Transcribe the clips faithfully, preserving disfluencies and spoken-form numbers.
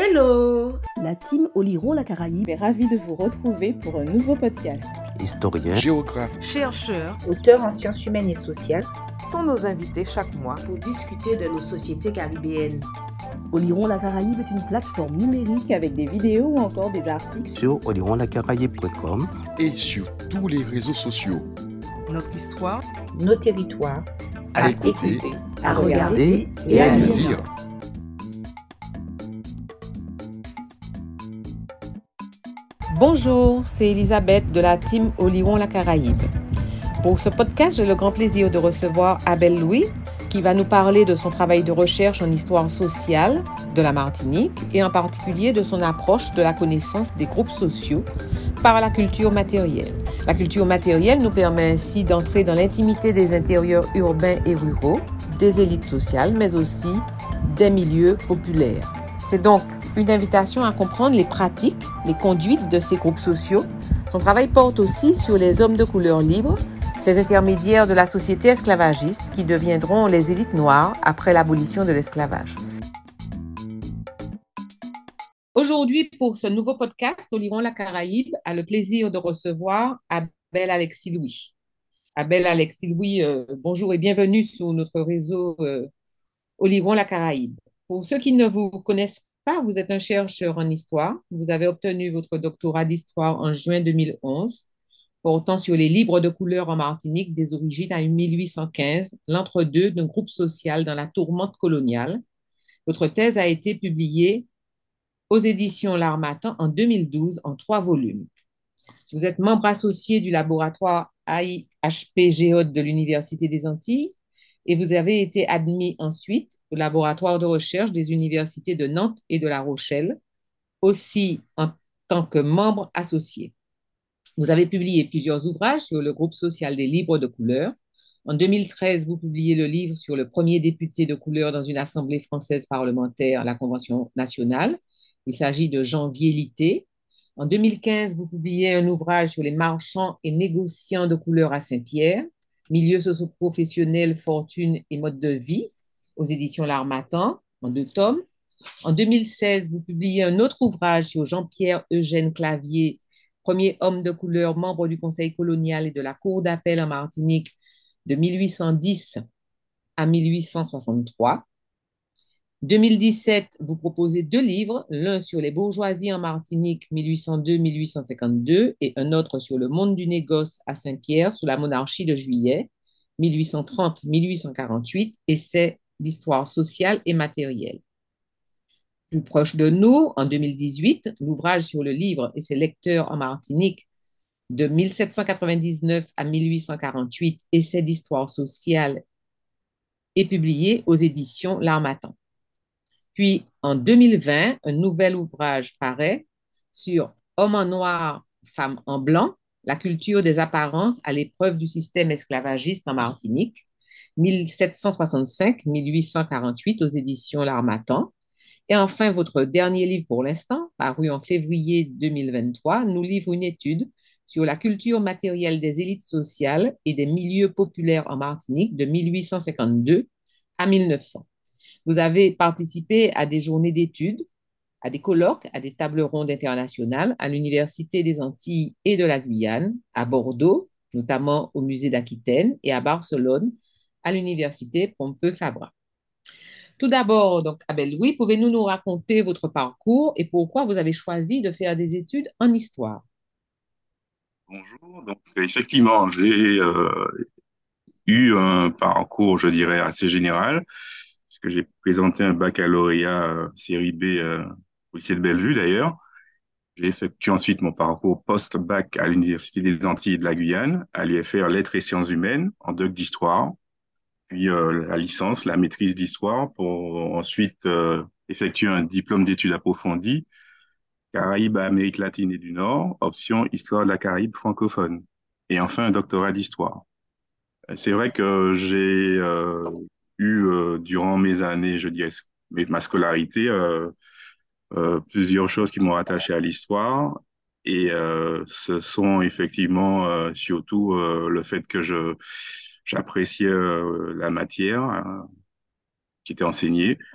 Hello! La team Oliron la Caraïbe est ravie de vous retrouver pour un nouveau podcast. Historiens, géographes, Chercheurs, auteurs en sciences humaines et sociales sont nos invités chaque mois pour discuter de nos sociétés caribéennes. Oliron la Caraïbe est une plateforme numérique avec des vidéos ou encore des articles sur oliron la caraïbe point com et sur tous les réseaux sociaux. Notre histoire, nos territoires, à, à écouter, écouter, à regarder et, et à lire. lire. Bonjour, c'est Elisabeth de la team Oliron la Caraïbe. Pour ce podcast, j'ai le grand plaisir de recevoir Abel Louis, qui va nous parler de son travail de recherche en histoire sociale de la Martinique et en particulier de son approche de la connaissance des groupes sociaux par la culture matérielle. La culture matérielle nous permet ainsi d'entrer dans l'intimité des intérieurs urbains et ruraux, des élites sociales, mais aussi des milieux populaires. C'est donc une invitation à comprendre les pratiques, les conduites de ces groupes sociaux. Son travail porte aussi sur les hommes de couleur libre, ces intermédiaires de la société esclavagiste qui deviendront les élites noires après l'abolition de l'esclavage. Aujourd'hui, pour ce nouveau podcast, Oliron la Caraïbe a le plaisir de recevoir Abel Alexis Louis. Abel Alexis Louis, euh, bonjour et bienvenue sur notre réseau euh, Oliron la Caraïbe. Pour ceux qui ne vous connaissent pas, vous êtes un chercheur en histoire. Vous avez obtenu votre doctorat d'histoire en juin deux mille onze, portant sur les libres de couleur en Martinique des origines à mille huit cent quinze, l'entre-deux d'un groupe social dans la tourmente coloniale. Votre thèse a été publiée aux éditions L'Harmattan en deux mille douze en trois volumes. Vous êtes membre associé du laboratoire A I H P Géode de l'Université des Antilles et vous avez été admis ensuite au laboratoire de recherche des universités de Nantes et de La Rochelle, aussi en tant que membre associé. Vous avez publié plusieurs ouvrages sur le groupe social des libres de couleur. En deux mille treize, vous publiez le livre sur le premier député de couleur dans une assemblée française parlementaire, la Convention nationale. Il s'agit de Jean Viellité. En deux mille quinze, vous publiez un ouvrage sur les marchands et négociants de couleur à Saint-Pierre, milieu socio-professionnel, fortune et mode de vie, aux éditions L'Harmattan, en deux tomes. En deux mille seize, vous publiez un autre ouvrage sur Jean-Pierre Eugène Clavier, premier homme de couleur, membre du Conseil colonial et de la Cour d'appel en Martinique de mille huit cent dix à mille huit cent soixante-trois. deux mille dix-sept, vous proposez deux livres, l'un sur les bourgeoisies en Martinique mille huit cent deux à mille huit cent cinquante-deux et un autre sur le monde du négoce à Saint-Pierre sous la monarchie de Juillet mille huit cent trente à mille huit cent quarante-huit, essai d'histoire sociale et matérielle. Plus proche de nous, en deux mille dix-huit, l'ouvrage sur le livre et ses lecteurs en Martinique de mille sept cent quatre-vingt-dix-neuf à mille huit cent quarante-huit, essai d'histoire sociale, est publié aux éditions L'Harmattan. Puis, en deux mille vingt, un nouvel ouvrage paraît sur Homme en noir, femme en blanc, la culture des apparences à l'épreuve du système esclavagiste en Martinique, mille sept cent soixante-cinq à mille huit cent quarante-huit, aux éditions L'Harmattan. Et enfin, votre dernier livre pour l'instant, paru en février deux mille vingt-trois, nous livre une étude sur la culture matérielle des élites sociales et des milieux populaires en Martinique de mille huit cent cinquante-deux à mille neuf cents. Vous avez participé à des journées d'études, à des colloques, à des tables rondes internationales à l'Université des Antilles et de la Guyane, à Bordeaux, notamment au Musée d'Aquitaine, et à Barcelone, à l'Université Pompeu Fabra. Tout d'abord, donc, Abel Louis, pouvez-vous nous raconter votre parcours et pourquoi vous avez choisi de faire des études en histoire? Bonjour, donc effectivement, j'ai euh, eu un parcours, je dirais, assez général, puisque j'ai présenté un baccalauréat euh, série B euh, au lycée de Bellevue d'ailleurs. J'ai effectué ensuite mon parcours post-bac à l'Université des Antilles et de la Guyane, à l'U F R Lettres et Sciences Humaines, en doc d'histoire, puis euh, la licence, la maîtrise d'histoire, pour ensuite euh, effectuer un diplôme d'études approfondies, Caraïbes, Amérique latine et du Nord, option Histoire de la Caraïbe francophone, et enfin un doctorat d'histoire. C'est vrai que j'ai euh, eu, euh, durant mes années, je dirais, ma scolarité, euh, euh, plusieurs choses qui m'ont rattaché à l'histoire, et euh, ce sont effectivement euh, surtout euh, le fait que je j'appréciais euh, la matière euh, qui était enseignée,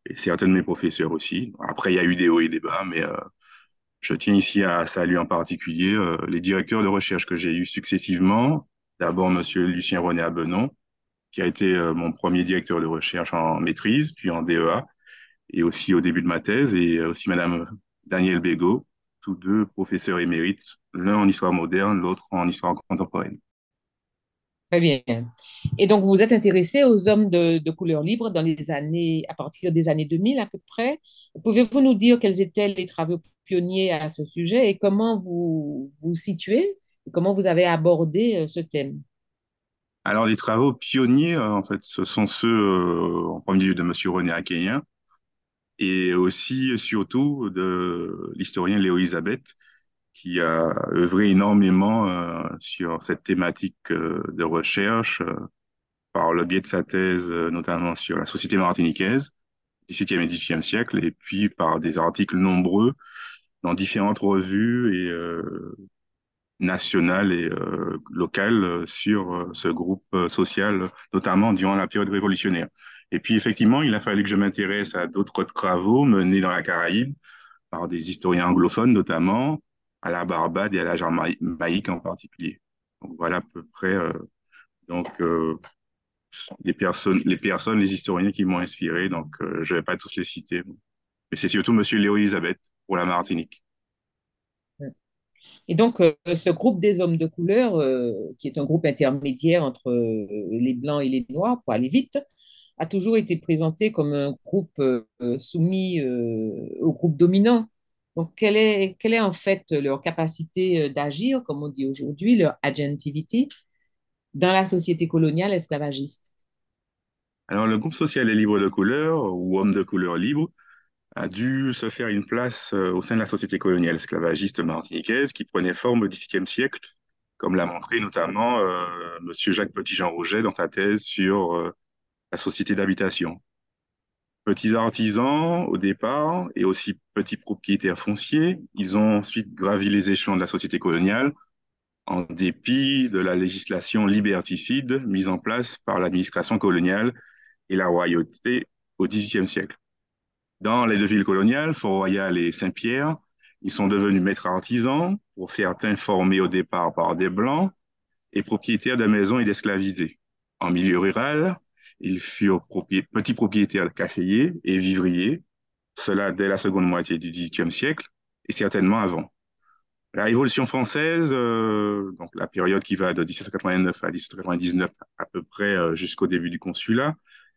et certains de mes professeurs aussi. Après, il y a eu des hauts et des bas, mais euh, je tiens ici à saluer en particulier euh, les directeurs de recherche que j'ai eus successivement. D'abord, Monsieur Lucien René Abenon, qui a été euh, mon premier directeur de recherche en maîtrise, puis en D E A, et aussi au début de ma thèse, et aussi Madame Danielle Bégaud, tous deux professeurs émérites, l'un en histoire moderne, l'autre en histoire contemporaine. Très bien. Et donc, vous vous êtes intéressé aux hommes de, de couleur libre dans les années, à partir des années deux mille à peu près. Pouvez-vous nous dire quels étaient les travaux pionniers à ce sujet et comment vous vous situez, comment vous avez abordé euh, ce thème? Alors, les travaux pionniers, euh, en fait, ce sont ceux, euh, en premier lieu, de Monsieur René Akeyen et aussi, surtout, de l'historien Léo Elisabeth, qui a œuvré énormément euh, sur cette thématique euh, de recherche euh, par le biais de sa thèse, euh, notamment sur la société martiniquaise, dix-septième et dix-huitième siècle, et puis par des articles nombreux dans différentes revues et euh, nationales et euh, locales euh, sur euh, ce groupe euh, social, notamment durant la période révolutionnaire. Et puis, effectivement, il a fallu que je m'intéresse à d'autres travaux menés dans la Caraïbe par des historiens anglophones, notamment à la Barbade et à la Jamaïque en particulier. Donc, voilà à peu près euh, donc, euh, les personnes, les personnes, les historiens qui m'ont inspiré. Donc, euh, je ne vais pas tous les citer. Mais c'est surtout Monsieur Léo Elisabeth pour la Martinique. Et donc, euh, ce groupe des hommes de couleur, euh, qui est un groupe intermédiaire entre euh, les Blancs et les Noirs, pour aller vite, a toujours été présenté comme un groupe euh, soumis euh, au groupe dominant. Donc, quelle est, quelle est en fait leur capacité euh, d'agir, comme on dit aujourd'hui, leur agentivity, dans la société coloniale esclavagiste? Alors, le groupe social et libre de couleur, ou homme de couleur libre, a dû se faire une place euh, au sein de la société coloniale esclavagiste martiniquaise qui prenait forme au dix-septième siècle, comme l'a montré notamment euh, M. Jacques Petit-Jean Rouget dans sa thèse sur euh, la société d'habitation. Petits artisans au départ et aussi petits propriétaires fonciers, ils ont ensuite gravi les échelons de la société coloniale en dépit de la législation liberticide mise en place par l'administration coloniale et la royauté au dix-huitième siècle. Dans les deux villes coloniales, Fort-Royal et Saint-Pierre, ils sont devenus maîtres artisans, pour certains formés au départ par des Blancs, et propriétaires de maisons et d'esclavisés. En milieu rural, ils furent proprié petits propriétaires caféiers et vivriers, cela dès la seconde moitié du dix-huitième siècle, et certainement avant. La Révolution française, euh, donc la période qui va de dix-sept cent quatre-vingt-neuf à dix-sept cent quatre-vingt-dix-neuf, à peu près euh, jusqu'au début du consulat,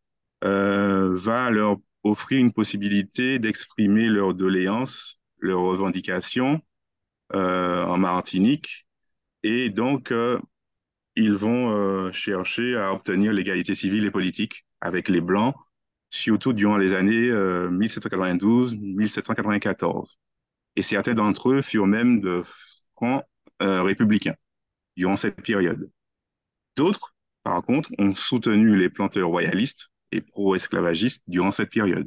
euh, va leur offrir une possibilité d'exprimer leurs doléances, leurs revendications euh, en Martinique. Et donc, euh, ils vont euh, chercher à obtenir l'égalité civile et politique avec les Blancs, surtout durant les années euh, mille sept cent quatre-vingt-douze à mille sept cent quatre-vingt-quatorze. Et certains d'entre eux furent même de francs euh, républicains durant cette période. D'autres, par contre, ont soutenu les planteurs royalistes et pro-esclavagistes durant cette période.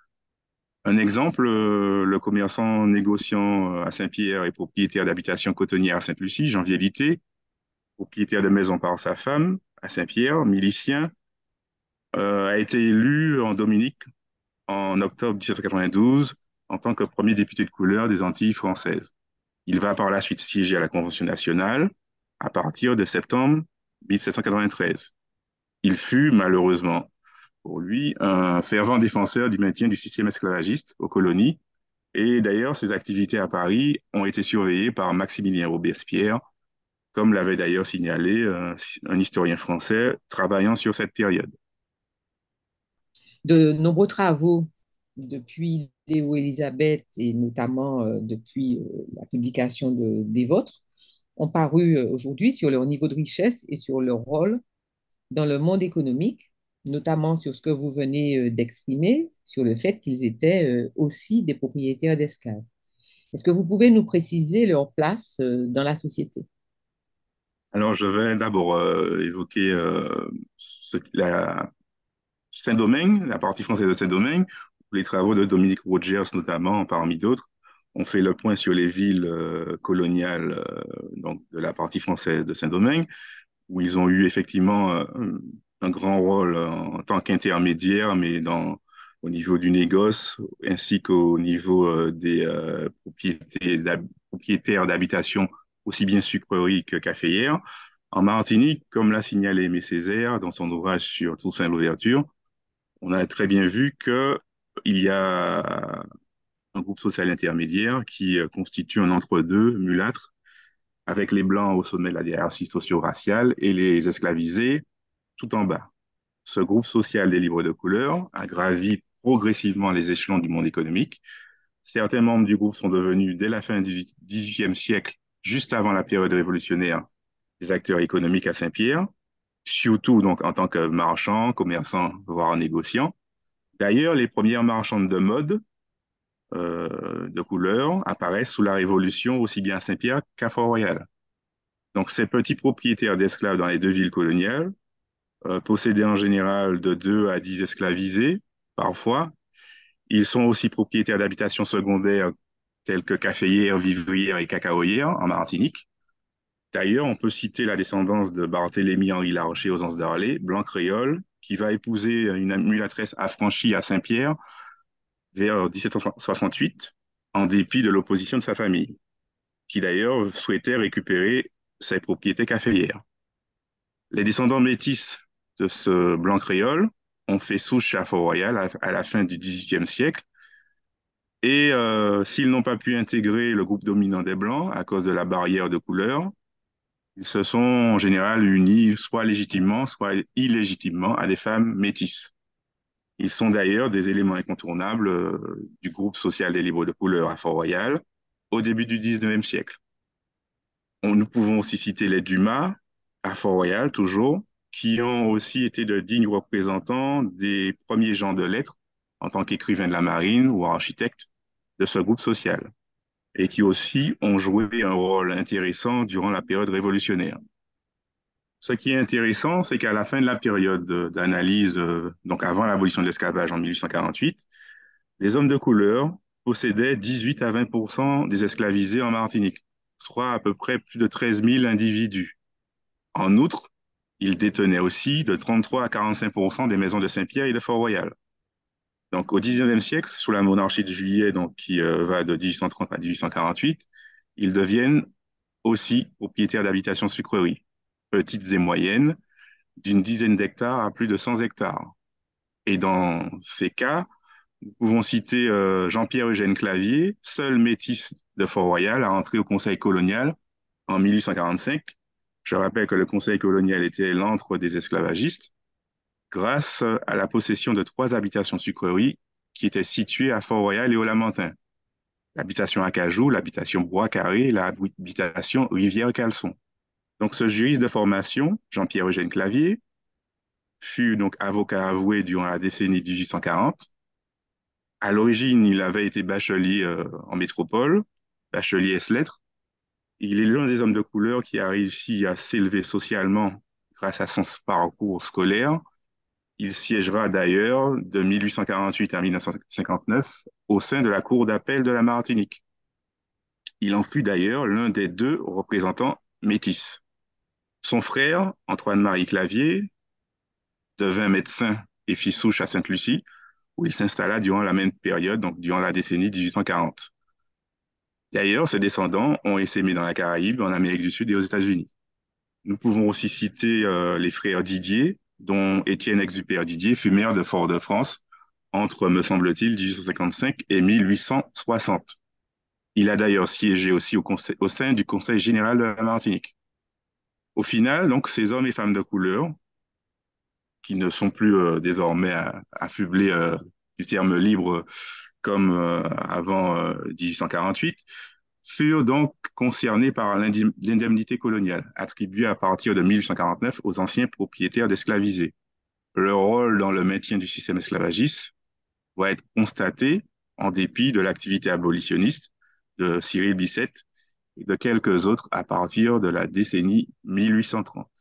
Un exemple, euh, le commerçant négociant à Saint-Pierre et propriétaire d'habitation cotonnière à Sainte-Lucie, Janvier Litté, propriétaire de maison par sa femme à Saint-Pierre, milicien, euh, a été élu en Dominique en octobre mille sept cent quatre-vingt-douze en tant que premier député de couleur des Antilles françaises. Il va par la suite siéger à la Convention nationale à partir de septembre mille sept cent quatre-vingt-treize. Il fut malheureusement pour lui un fervent défenseur du maintien du système esclavagiste aux colonies. Et d'ailleurs, ses activités à Paris ont été surveillées par Maximilien Robespierre, comme l'avait d'ailleurs signalé un, un historien français travaillant sur cette période. De nombreux travaux depuis Léo Elisabeth et notamment euh, depuis euh, la publication de, des vôtres ont paru euh, aujourd'hui sur leur niveau de richesse et sur leur rôle dans le monde économique, notamment sur ce que vous venez euh, d'exprimer, sur le fait qu'ils étaient euh, aussi des propriétaires d'esclaves. Est-ce que vous pouvez nous préciser leur place euh, dans la société? Alors, je vais d'abord euh, évoquer euh, ce, la Saint-Domingue, la partie française de Saint-Domingue, où les travaux de Dominique Rogers, notamment, parmi d'autres, ont fait le point sur les villes euh, coloniales euh, donc de la partie française de Saint-Domingue, où ils ont eu effectivement euh, un grand rôle en tant qu'intermédiaire, mais dans au niveau du négoce, ainsi qu'au niveau euh, des euh, propriétés d'hab- propriétaires d'habitation, aussi bien sucreries que caféières. En Martinique, comme l'a signalé Aimé Césaire dans son ouvrage sur Toussaint Louverture, on a très bien vu que il y a un groupe social intermédiaire qui euh, constitue un entre-deux mulâtre, avec les Blancs au sommet de la hiérarchie socio-raciale et les esclavisés tout en bas. Ce groupe social des libres de couleur a gravi progressivement les échelons du monde économique. Certains membres du groupe sont devenus, dès la fin du dix-huitième siècle, juste avant la période révolutionnaire, des acteurs économiques à Saint-Pierre, surtout donc en tant que marchands, commerçants, voire négociants. D'ailleurs, les premières marchandes de mode euh, de couleur apparaissent sous la Révolution aussi bien à Saint-Pierre qu'à Fort-Royal. Donc, ces petits propriétaires d'esclaves dans les deux villes coloniales euh, possédaient en général de deux à dix esclavisés, parfois. Ils sont aussi propriétaires d'habitations secondaires telles que caféières, vivrières et cacaoyères en Martinique. D'ailleurs, on peut citer la descendance de Barthélemy-Henri Larcher aux Anses d'Arlé, blanc créole, qui va épouser une mulâtresse affranchie à Saint-Pierre vers dix-sept cent soixante-huit, en dépit de l'opposition de sa famille, qui d'ailleurs souhaitait récupérer ses propriétés caféières. Les descendants métis de ce blanc créole ont fait souche à Fort-Royal à, à la fin du dix-huitième siècle, et euh, s'ils n'ont pas pu intégrer le groupe dominant des Blancs à cause de la barrière de couleur, ils se sont en général unis soit légitimement, soit illégitimement à des femmes métisses. Ils sont d'ailleurs des éléments incontournables euh, du groupe social des libres de couleur à Fort-Royal au début du dix-neuvième siècle. On, nous pouvons aussi citer les Dumas à Fort-Royal, toujours, qui ont aussi été de dignes représentants des premiers gens de lettres en tant qu'écrivains de la marine ou architectes de ce groupe social, et qui aussi ont joué un rôle intéressant durant la période révolutionnaire. Ce qui est intéressant, c'est qu'à la fin de la période d'analyse, euh, donc avant l'abolition de l'esclavage en mille huit cent quarante-huit, les hommes de couleur possédaient dix-huit à vingt pour cent des esclavisés en Martinique, soit à peu près plus de treize mille individus. En outre, ils détenaient aussi de trente-trois à quarante-cinq pour cent des maisons de Saint-Pierre et de Fort-Royal. Donc, au dix-neuvième siècle, sous la monarchie de Juillet, donc, qui euh, va de dix-huit cent trente à mille huit cent quarante-huit, ils deviennent aussi propriétaires d'habitations sucreries, petites et moyennes, d'une dizaine d'hectares à plus de cent hectares. Et dans ces cas, nous pouvons citer euh, Jean-Pierre Eugène Clavier, seul métis de Fort-Royal, à entrer au Conseil colonial en mille huit cent quarante-cinq. Je rappelle que le Conseil colonial était l'antre des esclavagistes, grâce à la possession de trois habitations sucreries qui étaient situées à Fort-Royal et au Lamentin. L'habitation Acajou, l'habitation Bois-Carré et l'habitation Rivière-Caleçon. Donc, ce juriste de formation, Jean-Pierre Eugène Clavier, fut donc avocat avoué durant la décennie mille huit cent quarante. À l'origine, il avait été bachelier euh, en métropole, bachelier ès-lettres. Il est l'un des hommes de couleur qui a réussi à s'élever socialement grâce à son parcours scolaire. Il siégera d'ailleurs de mille huit cent quarante-huit à mille neuf cent cinquante-neuf au sein de la Cour d'appel de la Martinique. Il en fut d'ailleurs l'un des deux représentants métis. Son frère, Antoine-Marie Clavier, devint médecin et fit souche à Sainte-Lucie, où il s'installa durant la même période, donc durant la décennie mille huit cent quarante. D'ailleurs, ses descendants ont essaimé dans la Caraïbe, en Amérique du Sud et aux États-Unis. Nous pouvons aussi citer euh, les frères Didier, dont Étienne Exupère Didier fut maire de Fort-de-France entre, me semble-t-il, mille huit cent cinquante-cinq et mille huit cent soixante. Il a d'ailleurs siégé aussi au, conseil, au sein du Conseil général de la Martinique. Au final, donc, ces hommes et femmes de couleur, qui ne sont plus euh, désormais affublés euh, du terme libre comme euh, avant euh, mille huit cent quarante-huit, furent donc concernés par l'indemnité coloniale, attribuée à partir de mille huit cent quarante-neuf aux anciens propriétaires d'esclavisés. Leur rôle dans le maintien du système esclavagiste va être constaté en dépit de l'activité abolitionniste de Cyril Bissette et de quelques autres à partir de la décennie mille huit cent trente.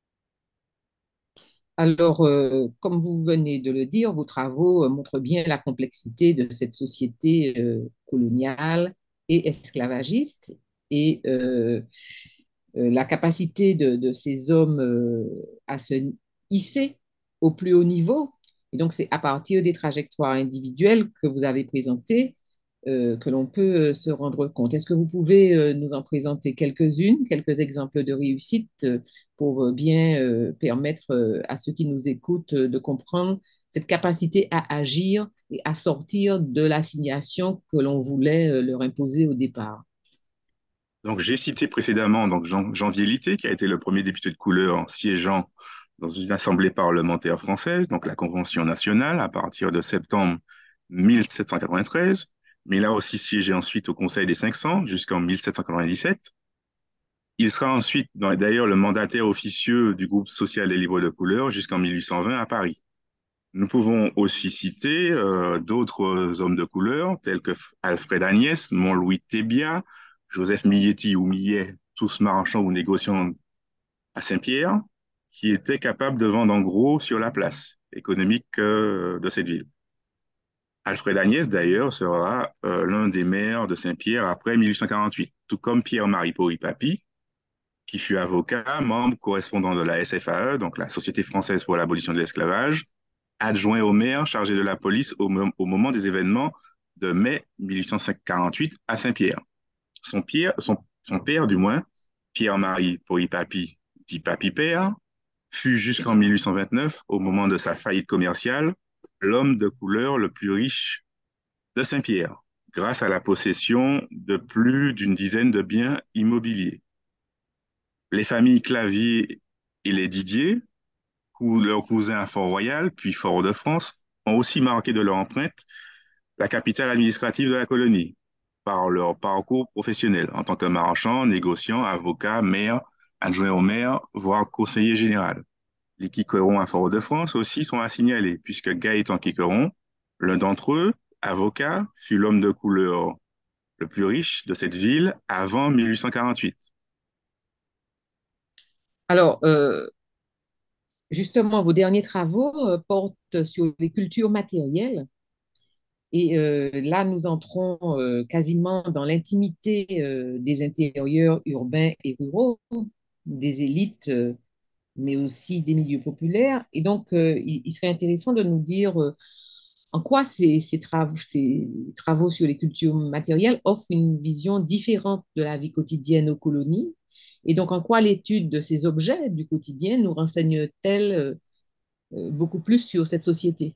Alors, euh, comme vous venez de le dire, vos travaux euh, montrent bien la complexité de cette société euh, coloniale et esclavagiste et euh, euh, la capacité de, de ces hommes euh, à se hisser au plus haut niveau Et donc, c'est à partir des trajectoires individuelles que vous avez présentées euh, que l'on peut euh, se rendre compte. Est-ce que vous pouvez euh, nous en présenter quelques-unes, quelques exemples de réussite euh, pour euh, bien euh, permettre euh, à ceux qui nous écoutent euh, de comprendre cette capacité à agir et à sortir de l'assignation que l'on voulait euh, leur imposer au départ? Donc, j'ai cité précédemment donc Jean, Janvier Litté, qui a été le premier député de couleur siégeant dans une assemblée parlementaire française, donc la Convention nationale, à partir de septembre mille sept cent quatre-vingt-treize. Mais il a aussi siégé ensuite au Conseil des cinq cents jusqu'en mille sept cent quatre-vingt-dix-sept. Il sera ensuite, d'ailleurs, le mandataire officieux du groupe social et libre de couleur jusqu'en mille huit cent vingt à Paris. Nous pouvons aussi citer euh, d'autres hommes de couleur, tels que Alfred Agnès, Mont-Louis Thébiat, Joseph Milletti ou Millet, tous marchands ou négociants à Saint-Pierre, qui étaient capables de vendre en gros sur la place économique euh, de cette ville. Alfred Agnès, d'ailleurs, sera euh, l'un des maires de Saint-Pierre après mille huit cent quarante-huit, tout comme Pierre-Marie Pori-Papy, qui fut avocat, membre correspondant de la S F A E, donc la Société française pour l'abolition de l'esclavage, adjoint au maire chargé de la police au, au moment des événements de mai mille huit cent quarante-huit à Saint-Pierre. Son, son, son père, du moins, Pierre-Marie Pori-Papy, dit Papy-Père, fut jusqu'en mille huit cent vingt-neuf, au moment de sa faillite commerciale, l'homme de couleur le plus riche de Saint-Pierre, grâce à la possession de plus d'une dizaine de biens immobiliers. Les familles Clavier et les Didier, leurs cousins à Fort-Royal, puis Fort-de-France, ont aussi marqué de leur empreinte la capitale administrative de la colonie par leur parcours professionnel en tant que marchand, négociant, avocat, maire, adjoint au maire, voire conseiller général. Les Quiquerons à Fort-de-France aussi sont à signaler, puisque Gaëtan Quiqueron, l'un d'entre eux, avocat, fut l'homme de couleur le plus riche de cette ville avant mille huit cent quarante-huit. Alors, euh, justement, vos derniers travaux euh, portent sur les cultures matérielles. Et euh, là, nous entrons euh, quasiment dans l'intimité euh, des intérieurs urbains et ruraux, des élites, euh, mais aussi des milieux populaires. Et donc, euh, il, il serait intéressant de nous dire euh, en quoi ces, ces, travaux, ces travaux sur les cultures matérielles offrent une vision différente de la vie quotidienne aux colonies. Et donc, en quoi l'étude de ces objets du quotidien nous renseigne-t-elle euh, euh, beaucoup plus sur cette société?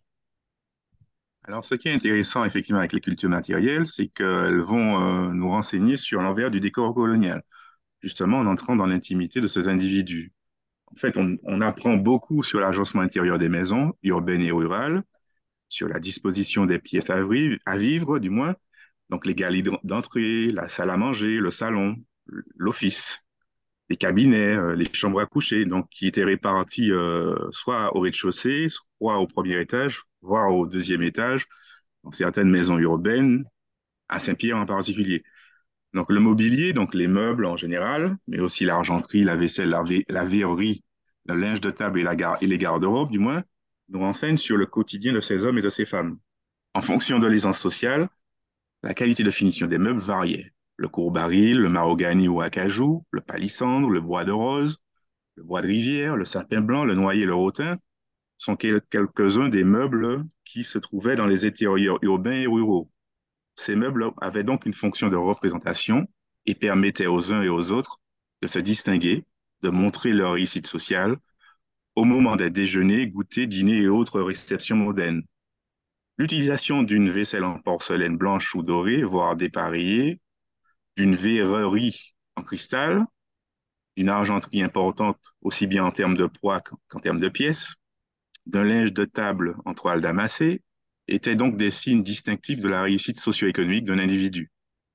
Alors, ce qui est intéressant, effectivement, avec les cultures matérielles, c'est qu'elles vont euh, nous renseigner sur l'envers du décor colonial, justement en entrant dans l'intimité de ces individus. En fait, on, on apprend beaucoup sur l'agencement intérieur des maisons, urbaines et rurales, sur la disposition des pièces à, vivre, à vivre, du moins, donc les galeries d'entrée, la salle à manger, le salon, l'office, les cabinets, euh, les chambres à coucher, donc qui étaient réparties euh, soit au rez-de-chaussée, soit au premier étage, voire au deuxième étage, dans certaines maisons urbaines, à Saint-Pierre en particulier. Donc le mobilier, donc les meubles en général, mais aussi l'argenterie, la vaisselle, la, la verrerie, le linge de table et, la gar et les garde-robes, du moins, nous renseignent sur le quotidien de ces hommes et de ces femmes. En fonction de l'aisance sociale, la qualité de finition des meubles variait. Le courbaril, le mahogany ou acajou, le palissandre, le bois de rose, le bois de rivière, le sapin blanc, le noyer et le rotin sont quel quelques-uns des meubles qui se trouvaient dans les intérieurs urbains et ruraux. Ces meubles avaient donc une fonction de représentation et permettaient aux uns et aux autres de se distinguer, de montrer leur réussite sociale au moment des déjeuners, goûters, dîners et autres réceptions mondaines. L'utilisation d'une vaisselle en porcelaine blanche ou dorée, voire dépareillée, d'une verrerie en cristal, d'une argenterie importante aussi bien en termes de poids qu'en termes de pièces, d'un linge de table en toile damassée, étaient donc des signes distinctifs de la réussite socio-économique d'un individu.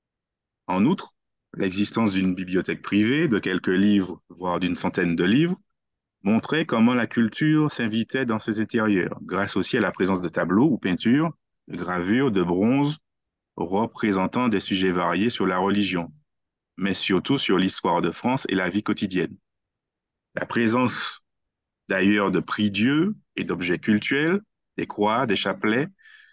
En outre, l'existence d'une bibliothèque privée, de quelques livres, voire d'une centaine de livres, montrait comment la culture s'invitait dans ses intérieurs, grâce aussi à la présence de tableaux ou peintures, de gravures, de bronzes, représentant des sujets variés sur la religion, mais surtout sur l'histoire de France et la vie quotidienne. La présence d'ailleurs de prie-dieu et d'objets cultuels, des croix, des chapelets,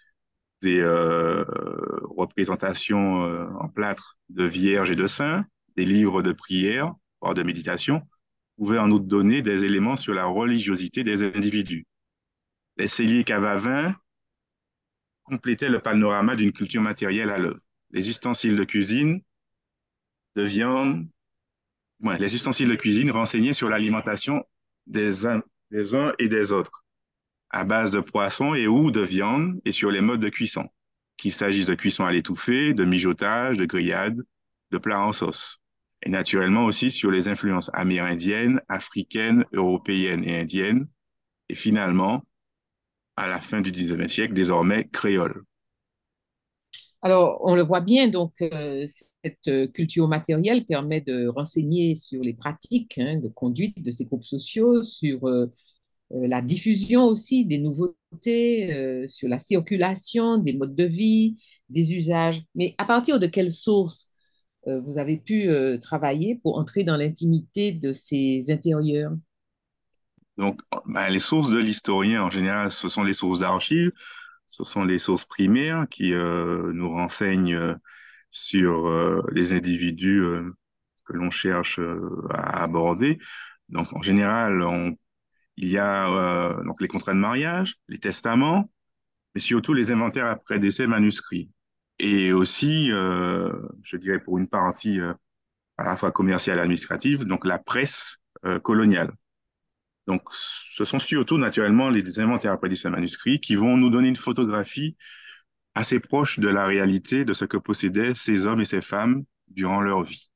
des euh, représentations euh, en plâtre de vierges et de saints, des livres de prière, voire de méditation, pouvaient en outre donner des éléments sur la religiosité des individus. les celliers cave à vin complétaient le panorama d'une culture matérielle à l'œuvre. Les ustensiles de cuisine, de viande, ouais, les ustensiles de cuisine renseignaient sur l'alimentation des uns, des uns et des autres, à base de poisson et ou de viande, et sur les modes de cuisson, qu'il s'agisse de cuisson à l'étouffée, de mijotage, de grillade, de plats en sauce. Et naturellement aussi sur les influences amérindiennes, africaines, européennes et indiennes, et finalement, à la fin du dix-neuvième siècle, désormais créole. Alors, on le voit bien, donc, euh, cette euh, culture matérielle permet de renseigner sur les pratiques hein, de conduite de ces groupes sociaux, sur euh, euh, la diffusion aussi des nouveautés, euh, sur la circulation des modes de vie, des usages. Mais à partir de quelles sources euh, vous avez pu euh, travailler pour entrer dans l'intimité de ces intérieurs? Donc, ben, les sources de l'historien, en général, ce sont les sources d'archives, ce sont les sources primaires qui euh, nous renseignent euh, sur euh, les individus euh, que l'on cherche euh, à aborder. Donc, en général, on- il y a euh, donc les contrats de mariage, les testaments, mais surtout les inventaires après décès manuscrits. Et aussi, euh, je dirais pour une partie euh, à la fois commerciale et administrative, donc la presse euh, coloniale. Donc, ce sont surtout naturellement les inventaires après décès manuscrits qui vont nous donner une photographie assez proche de la réalité de ce que possédaient ces hommes et ces femmes durant leur vie.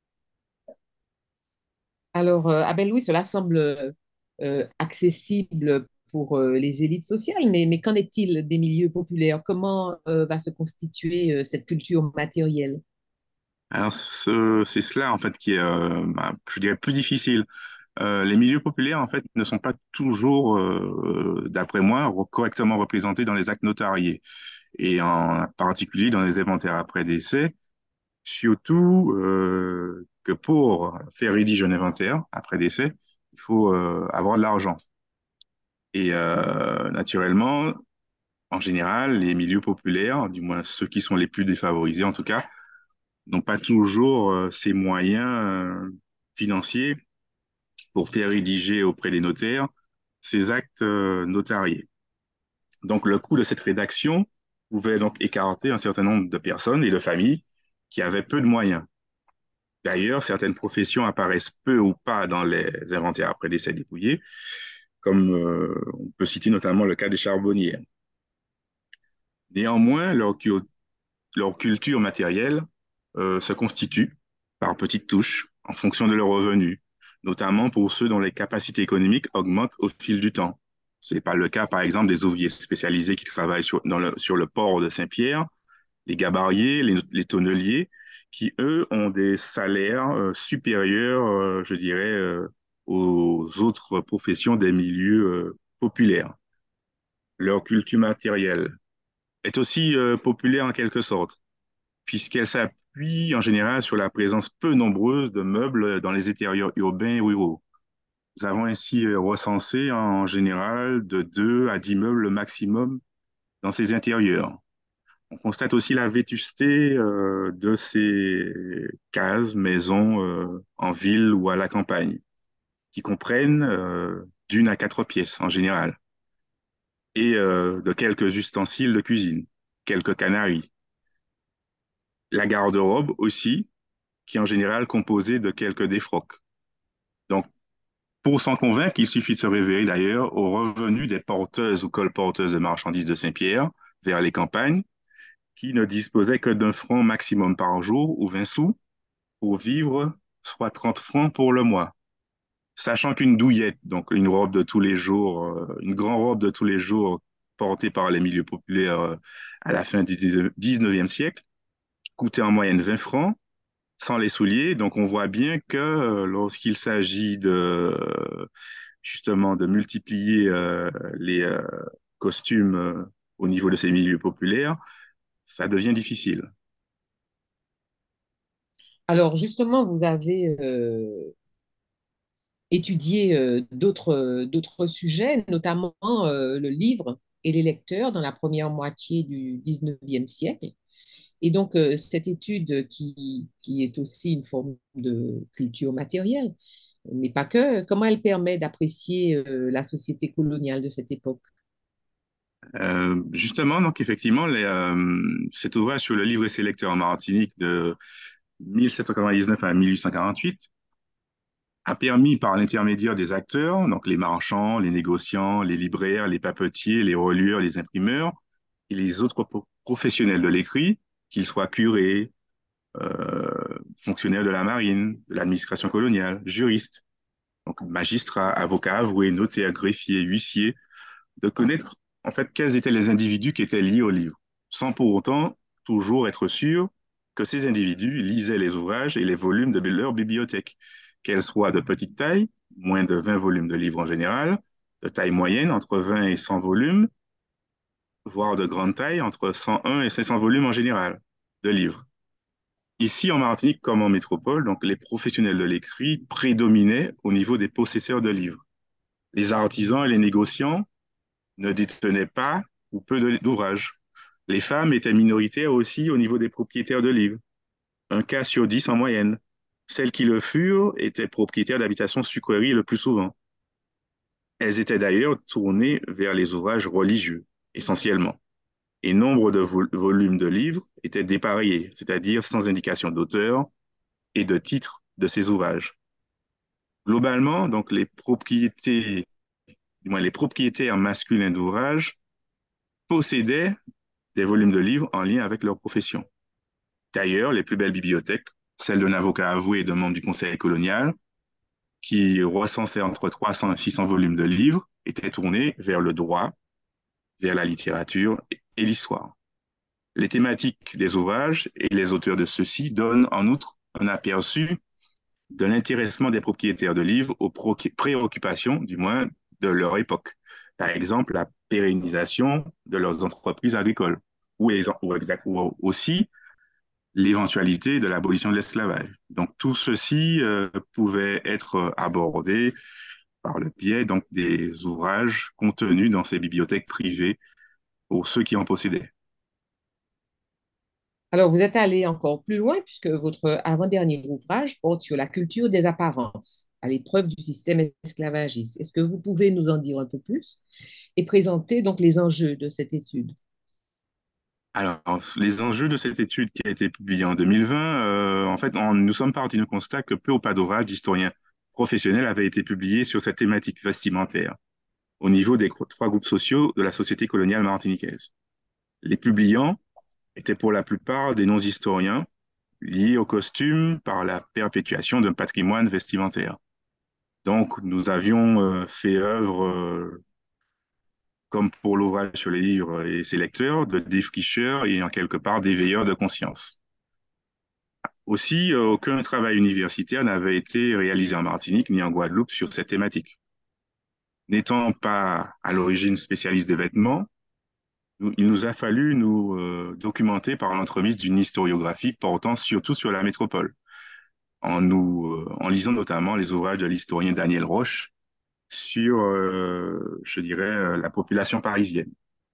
Alors, euh, ah ben oui, cela semble euh, accessible pour euh, les élites sociales, mais, mais qu'en est-il des milieux populaires? Comment euh, va se constituer euh, cette culture matérielle? Alors, ce- c'est cela, en fait, qui est, euh, bah, je dirais, plus difficile. Euh, les milieux populaires, en fait, ne sont pas toujours, euh, d'après moi, re- correctement représentés dans les actes notariés, et en particulier dans les inventaires après décès, surtout euh, que pour faire rédiger un inventaire après décès, il faut euh, avoir de l'argent. Et euh, naturellement, en général, les milieux populaires, du moins ceux qui sont les plus défavorisés en tout cas, n'ont pas toujours euh, ces moyens euh, financiers pour faire rédiger auprès des notaires ces actes euh, notariés. Donc, le coût de cette rédaction pouvait donc écarter un certain nombre de personnes et de familles qui avaient peu de moyens. D'ailleurs, certaines professions apparaissent peu ou pas dans les inventaires après décès dépouillés, comme euh, on peut citer notamment le cas des charbonniers. Néanmoins, leur, cu- leur culture matérielle euh, se constitue par petites touches en fonction de leurs revenus, notamment pour ceux dont les capacités économiques augmentent au fil du temps. Ce n'est pas le cas, par exemple, des ouvriers spécialisés qui travaillent sur, dans le, sur le port de Saint-Pierre, les gabariers, les, les tonneliers, qui, eux, ont des salaires euh, supérieurs, euh, je dirais, euh, aux autres professions des milieux euh, populaires. Leur culture matérielle est aussi euh, populaire en quelque sorte, puisqu'elle s'appuie en général sur la présence peu nombreuse de meubles dans les intérieurs urbains et ruraux. Nous avons ainsi euh, recensé en général de deux à dix meubles maximum dans ces intérieurs. On constate aussi la vétusté euh, de ces cases, maisons euh, en ville ou à la campagne, qui comprennent euh, d'une à quatre pièces en général, et euh, de quelques ustensiles de cuisine, quelques canaries. La garde-robe aussi, qui est en général composée de quelques défroques. Donc, pour s'en convaincre, il suffit de se référer d'ailleurs aux revenus des porteuses ou colporteuses de marchandises de Saint-Pierre vers les campagnes, qui ne disposaient que d'un franc maximum par jour ou vingt sous pour vivre, soit trente francs pour le mois. Sachant qu'une douillette, donc une robe de tous les jours, euh, une grande robe de tous les jours portée par les milieux populaires euh, à la fin du dix-neuvième siècle, coûtait en moyenne vingt francs, sans les souliers. Donc, on voit bien que euh, lorsqu'il s'agit de justement de multiplier euh, les euh, costumes euh, au niveau de ces milieux populaires, ça devient difficile. Alors, justement, vous avez euh, étudié euh, d'autres euh, d'autres sujets, notamment euh, le livre et les lecteurs dans la première moitié du dix-neuvième siècle. Et donc, euh, cette étude qui, qui est aussi une forme de culture matérielle, mais pas que, comment elle permet d'apprécier euh, la société coloniale de cette époque? Euh, justement, donc effectivement, les, euh, cet ouvrage sur le livre et ses lecteurs en Martinique de mille sept cent quatre-vingt-dix-neuf à mille huit cent quarante-huit a permis par l'intermédiaire des acteurs, donc les marchands, les négociants, les libraires, les papetiers, les relieurs, les imprimeurs et les autres pro- professionnels de l'écrit, qu'ils soient curés, euh, fonctionnaires de la marine, de l'administration coloniale, juristes, donc magistrats, avocats avoués, notaires, greffiers, huissiers, de connaître en fait quels étaient les individus qui étaient liés au livre, sans pour autant toujours être sûr que ces individus lisaient les ouvrages et les volumes de leur bibliothèque, qu'elles soient de petite taille, moins de vingt volumes de livres en général, de taille moyenne, entre vingt et cent volumes, voire de grande taille, entre cent un et cinq cents volumes en général, de livres. Ici, en Martinique, comme en métropole, donc les professionnels de l'écrit prédominaient au niveau des possesseurs de livres. Les artisans et les négociants ne détenaient pas ou peu de- d'ouvrages. Les femmes étaient minoritaires aussi au niveau des propriétaires de livres, un cas sur dix en moyenne. Celles qui le furent étaient propriétaires d'habitations sucreries le plus souvent. Elles étaient d'ailleurs tournées vers les ouvrages religieux, essentiellement. Et nombre de vol- volumes de livres étaient dépareillés, c'est-à-dire sans indication d'auteur et de titre de ces ouvrages. Globalement, donc les propriétés, du moins les propriétaires masculins d'ouvrages possédaient des volumes de livres en lien avec leur profession. D'ailleurs, les plus belles bibliothèques, celles d'un avocat avoué et d'un membre du conseil colonial, qui recensaient entre trois cents et six cents volumes de livres, étaient tournées vers le droit, vers la littérature et l'histoire. Les thématiques des ouvrages et les auteurs de ceux-ci donnent en outre un aperçu de l'intéressement des propriétaires de livres aux préoccupations, du moins, de leur époque. Par exemple, la pérennisation de leurs entreprises agricoles ou, ou, exact, ou aussi l'éventualité de l'abolition de l'esclavage. Donc, tout ceci euh, pouvait être abordé par le biais donc, des ouvrages contenus dans ces bibliothèques privées pour ceux qui en possédaient. Alors, vous êtes allé encore plus loin puisque votre avant-dernier ouvrage porte sur la culture des apparences, à l'épreuve du système esclavagiste. Est-ce que vous pouvez nous en dire un peu plus et présenter donc les enjeux de cette étude? Alors, les enjeux de cette étude qui a été publiée en deux mille vingt, euh, en fait, on- nous sommes partis du constat que peu ou pas d'ouvrages d'historiens professionnels avaient été publiés sur cette thématique vestimentaire au niveau des gro- trois groupes sociaux de la société coloniale martiniquaise. Les publiants étaient pour la plupart des non-historiens liés au costume par la perpétuation d'un patrimoine vestimentaire. Donc, nous avions euh, fait œuvre, euh, comme pour l'ouvrage sur les livres et ses lecteurs, de défricheurs et en quelque part d'éveilleurs de conscience. Aussi, euh, aucun travail universitaire n'avait été réalisé en Martinique ni en Guadeloupe sur cette thématique. N'étant pas à l'origine spécialiste des vêtements, nous- il nous a fallu nous euh, documenter par l'entremise d'une historiographie portant surtout sur la métropole, en, nous, euh, en lisant notamment les ouvrages de l'historien Daniel Roche sur, euh, je dirais, euh, la population parisienne.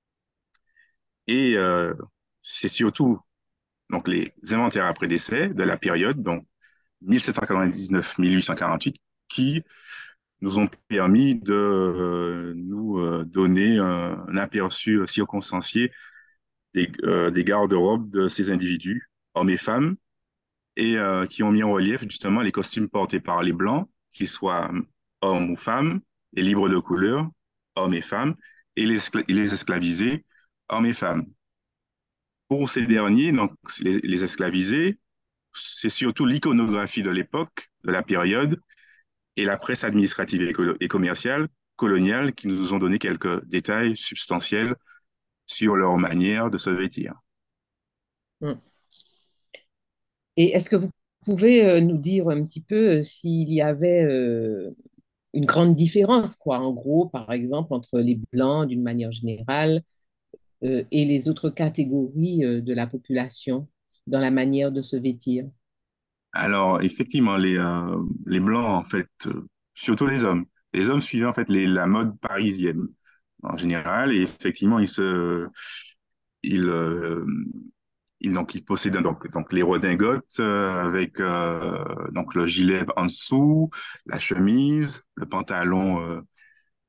Et euh, c'est surtout donc, les inventaires après décès de la période, donc mille sept cent quatre-vingt-dix-neuf à mille huit cent quarante-huit, qui nous ont permis de euh, nous euh, donner un, un aperçu circonstancié des, euh, des garde-robes de ces individus, hommes et femmes, et euh, qui ont mis en relief justement les costumes portés par les Blancs, qu'ils soient hommes ou femmes, les libres de couleur, hommes et femmes, et les, escla- et les esclavisés, hommes et femmes. Pour ces derniers, donc les, les esclavisés, c'est surtout l'iconographie de l'époque, de la période, et la presse administrative et, co- et commerciale coloniale qui nous ont donné quelques détails substantiels sur leur manière de se vêtir. Hmm. Et est-ce que vous pouvez euh, nous dire un petit peu euh, s'il y avait euh, une grande différence, quoi, en gros, par exemple, entre les Blancs d'une manière générale euh, et les autres catégories euh, de la population dans la manière de se vêtir? Alors, effectivement, les, euh, les Blancs, en fait, euh, surtout les hommes, les hommes suivaient en fait les, la mode parisienne en général, et effectivement, ils se, ils, euh, ils, donc, ils possédaient donc, donc les redingotes euh, avec euh, donc le gilet en dessous, la chemise, le pantalon euh,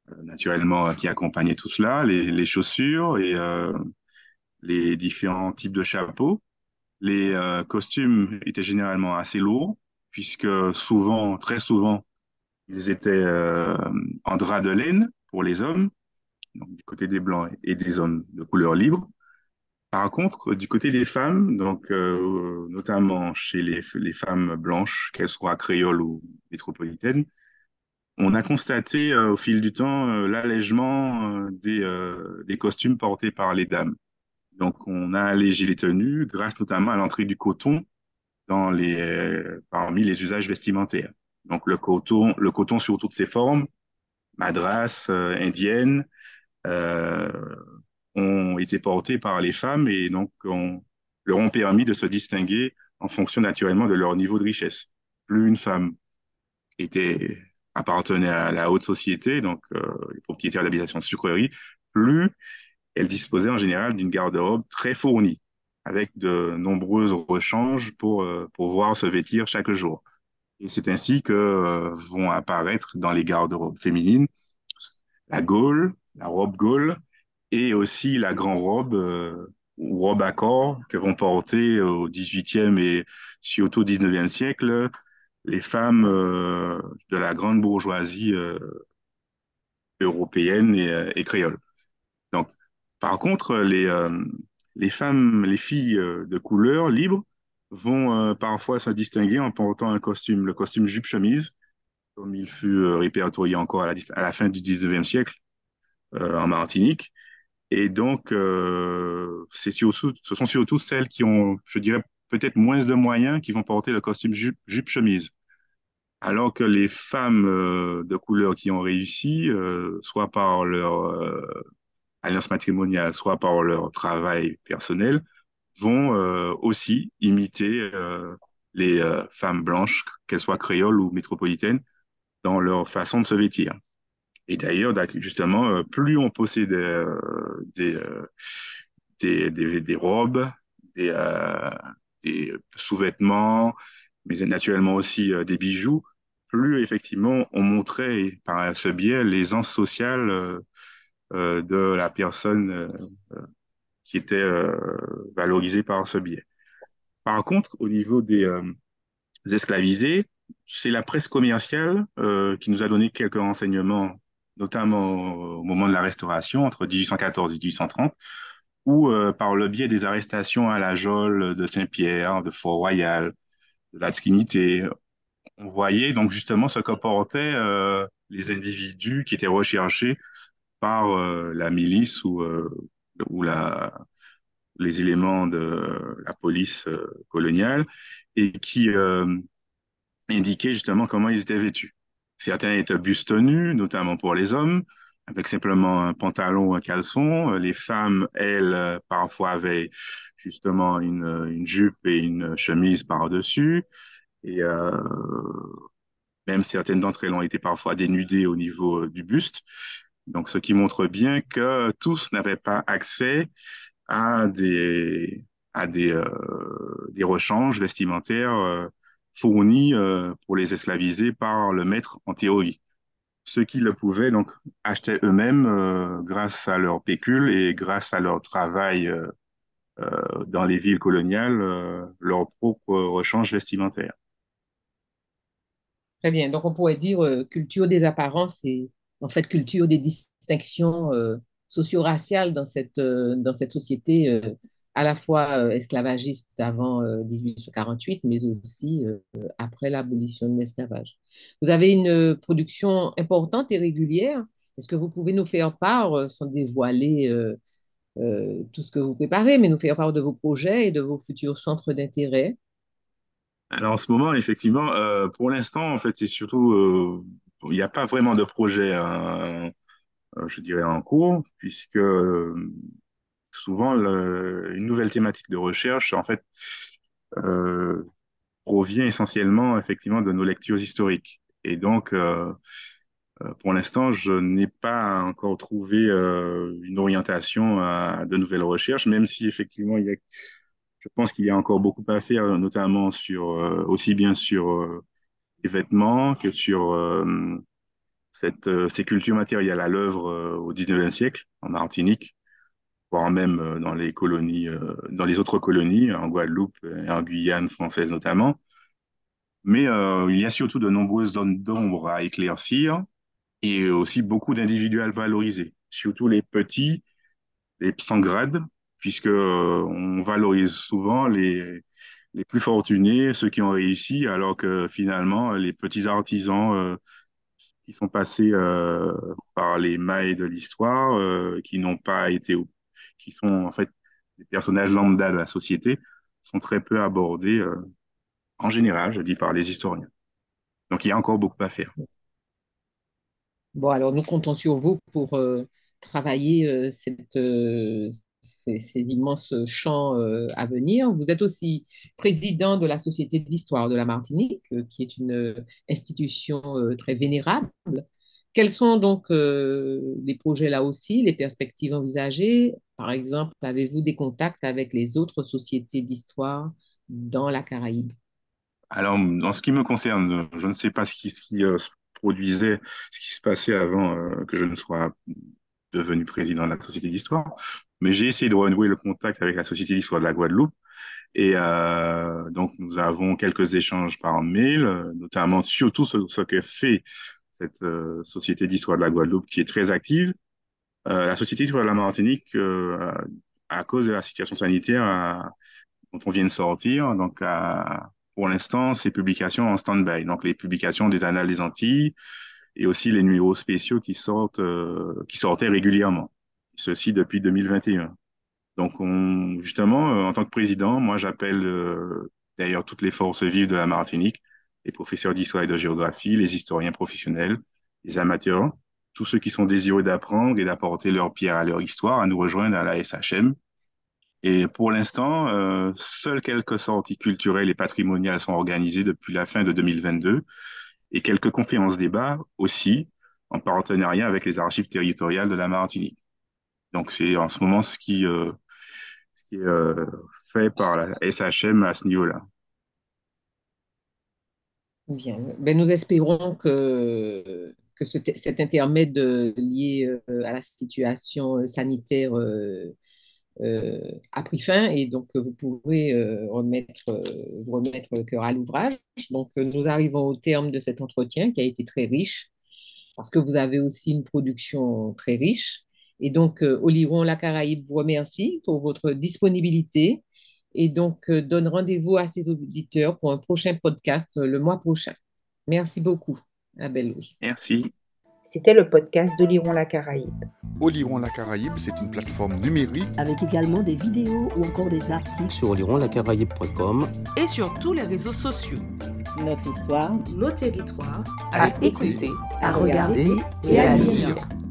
naturellement qui accompagnaient tout cela, les, les chaussures et euh, les différents types de chapeaux. Les euh, costumes étaient généralement assez lourds, puisque souvent, très souvent, ils étaient euh, en drap de laine pour les hommes, donc du côté des blancs et des hommes de couleur libre. Par contre, du côté des femmes, donc euh, notamment chez les, les femmes blanches, qu'elles soient créoles ou métropolitaines, on a constaté euh, au fil du temps euh, l'allègement euh, des, euh, des costumes portés par les dames. Donc, on a allégé les tenues grâce notamment à l'entrée du coton dans les, euh, parmi les usages vestimentaires. Donc, le coton, le coton sur toutes ses formes, madras, euh, indienne, euh, ont été portés par les femmes et donc on, leur ont permis de se distinguer en fonction naturellement de leur niveau de richesse. Plus une femme était, appartenait à la haute société, donc euh, les propriétaires d'habitations de sucreries, plus elle disposait en général d'une garde-robe très fournie, avec de nombreuses rechanges pour euh, pouvoir se vêtir chaque jour. Et c'est ainsi que euh, vont apparaître dans les garde-robes féminines la gaule, la robe gaule, et aussi la grande robe euh, ou robe à corps que vont porter au dix-huitième et surtout au dix-neuvième siècle les femmes euh, de la grande bourgeoisie euh, européenne et, euh, et créole. Donc, par contre, les, euh, les femmes, les filles euh, de couleur libre vont euh, parfois se distinguer en portant un costume, le costume jupe-chemise, comme il fut euh, répertorié encore à la, à la fin du dix-neuvième siècle euh, en Martinique. Et donc, euh, c'est surtout, ce sont surtout celles qui ont, je dirais, peut-être moins de moyens qui vont porter le costume jupe- jupe-chemise. Alors que les femmes euh, de couleur qui ont réussi, euh, soit par leur euh, alliance matrimoniale, soit par leur travail personnel, vont euh, aussi imiter euh, les euh, femmes blanches, qu'elles soient créoles ou métropolitaines, dans leur façon de se vêtir. Et d'ailleurs, d'ac- justement, euh, plus on possède euh, des, euh, des, des, des robes, des, euh, des sous-vêtements, mais naturellement aussi euh, des bijoux, plus effectivement on montrait par ce biais l'aisance sociale euh, euh, de la personne euh, qui était euh, valorisée par ce biais. Par contre, au niveau des euh, esclavisés, c'est la presse commerciale euh, qui nous a donné quelques renseignements, notamment au, au moment de la Restauration, entre mille huit cent quatorze et mille huit cent trente, où euh, par le biais des arrestations à la geôle de Saint-Pierre, de Fort-Royal, de la Trinité, on voyait donc justement ce que portaient euh, les individus qui étaient recherchés par euh, la milice ou, euh, ou la, les éléments de la police euh, coloniale et qui euh, indiquaient justement comment ils étaient vêtus. Certains étaient buste nus, notamment pour les hommes, avec simplement un pantalon ou un caleçon. Les femmes, elles, euh, parfois avaient justement une, une jupe et une chemise par-dessus. Et euh, même certaines d'entre elles ont été parfois dénudées au niveau euh, du buste. Donc, ce qui montre bien que tous n'avaient pas accès à des, à des, euh, des rechanges vestimentaires euh, fournis euh, pour les esclaviser par le maître en théorie. Ceux qui le pouvaient donc achetaient eux-mêmes euh, grâce à leur pécule et grâce à leur travail euh, euh, dans les villes coloniales, euh, leur propre rechange vestimentaire. Très bien. Donc, on pourrait dire euh, culture des apparences et en fait culture des distinctions euh, socio-raciales dans cette, euh, dans cette société euh, à la fois euh, esclavagiste avant euh, mille huit cent quarante-huit, mais aussi euh, après l'abolition de l'esclavage. Vous avez une euh, production importante et régulière. Est-ce que vous pouvez nous faire part, euh, sans dévoiler euh, euh, tout ce que vous préparez, mais nous faire part de vos projets et de vos futurs centres d'intérêt? Alors, en ce moment, effectivement, euh, pour l'instant, en fait, c'est surtout, euh, il n'y a pas vraiment de projet, euh, euh, je dirais, en cours, puisque euh, souvent, le- une nouvelle thématique de recherche, en fait, euh, provient essentiellement, effectivement, de nos lectures historiques. Et donc, euh, euh, pour l'instant, je n'ai pas encore trouvé euh, une orientation à de nouvelles recherches, même si, effectivement, il y a, je pense qu'il y a encore beaucoup à faire, notamment sur, euh, aussi bien sur euh, les vêtements que sur euh, cette, euh, ces cultures matérielles à l'œuvre euh, au dix-neuvième siècle en Martinique, voire même euh, dans les colonies, euh, dans les autres colonies, en Guadeloupe et en Guyane française notamment. Mais euh, il y a surtout de nombreuses zones d'ombre à éclaircir et aussi beaucoup d'individus à valoriser, surtout les petits, les sans grade, puisque euh, on valorise souvent les, les plus fortunés, ceux qui ont réussi, alors que finalement, les petits artisans euh, qui sont passés euh, par les mailles de l'histoire, euh, qui n'ont pas été, qui sont en fait des personnages lambda de la société, sont très peu abordés euh, en général, je dis, par les historiens. Donc il y a encore beaucoup à faire. Bon, alors nous comptons sur vous pour euh, travailler euh, cette, euh, ces, ces immenses champs euh, à venir. Vous êtes aussi président de la Société d'histoire de la Martinique, euh, qui est une euh, institution euh, très vénérable. Quels sont donc euh, les projets là aussi, les perspectives envisagées? Par exemple, avez-vous des contacts avec les autres sociétés d'histoire dans la Caraïbe? Alors, en ce qui me concerne, je ne sais pas ce qui, ce qui euh, se produisait, ce qui se passait avant euh, que je ne sois devenu président de la Société d'histoire, mais j'ai essayé de renouer le contact avec la Société d'histoire de la Guadeloupe. Et euh, donc, nous avons quelques échanges par mail, euh, notamment surtout ce, ce que fait cette euh, Société d'histoire de la Guadeloupe qui est très active. Euh, la Société d'histoire de la Martinique, euh, à cause de la situation sanitaire euh, dont on vient de sortir, donc à pour l'instant, ces publications en stand-by. Donc, les publications des Annales des Antilles et aussi les numéros spéciaux qui sortent, euh, qui sortaient régulièrement. Ceci depuis deux mille vingt et un. Donc, on, justement, euh, en tant que président, moi, j'appelle euh, d'ailleurs toutes les forces vives de la Martinique, les professeurs d'histoire et de géographie, les historiens professionnels, les amateurs, tous ceux qui sont désireux d'apprendre et d'apporter leur pierre à leur histoire, à nous rejoindre à la S H M. Et pour l'instant, euh, seules quelques sorties culturelles et patrimoniales sont organisées depuis la fin de deux mille vingt-deux et quelques conférences-débats aussi en partenariat avec les archives territoriales de la Martinique. Donc, c'est en ce moment ce qui, euh, ce qui est euh, fait par la S H M à ce niveau-là. Bien. Ben, nous espérons que, que ce, cet intermède lié euh, à la situation sanitaire euh, euh, a pris fin et donc vous pourrez euh, remettre, euh, vous remettre le cœur à l'ouvrage. Donc euh, nous arrivons au terme de cet entretien qui a été très riche parce que vous avez aussi une production très riche. Et donc euh, Oliron La Caraïbe vous remercie pour votre disponibilité et donc euh, donne rendez-vous à ses auditeurs pour un prochain podcast euh, le mois prochain. Merci beaucoup, Abel Louis. Merci. C'était le podcast d'Oliron La Caraïbe. Oliron La Caraïbe, c'est une plateforme numérique avec également des vidéos ou encore des articles sur oliron la caraïbe point com et sur tous les réseaux sociaux. Notre histoire, nos territoires, À, à écouter, à regarder et à lire.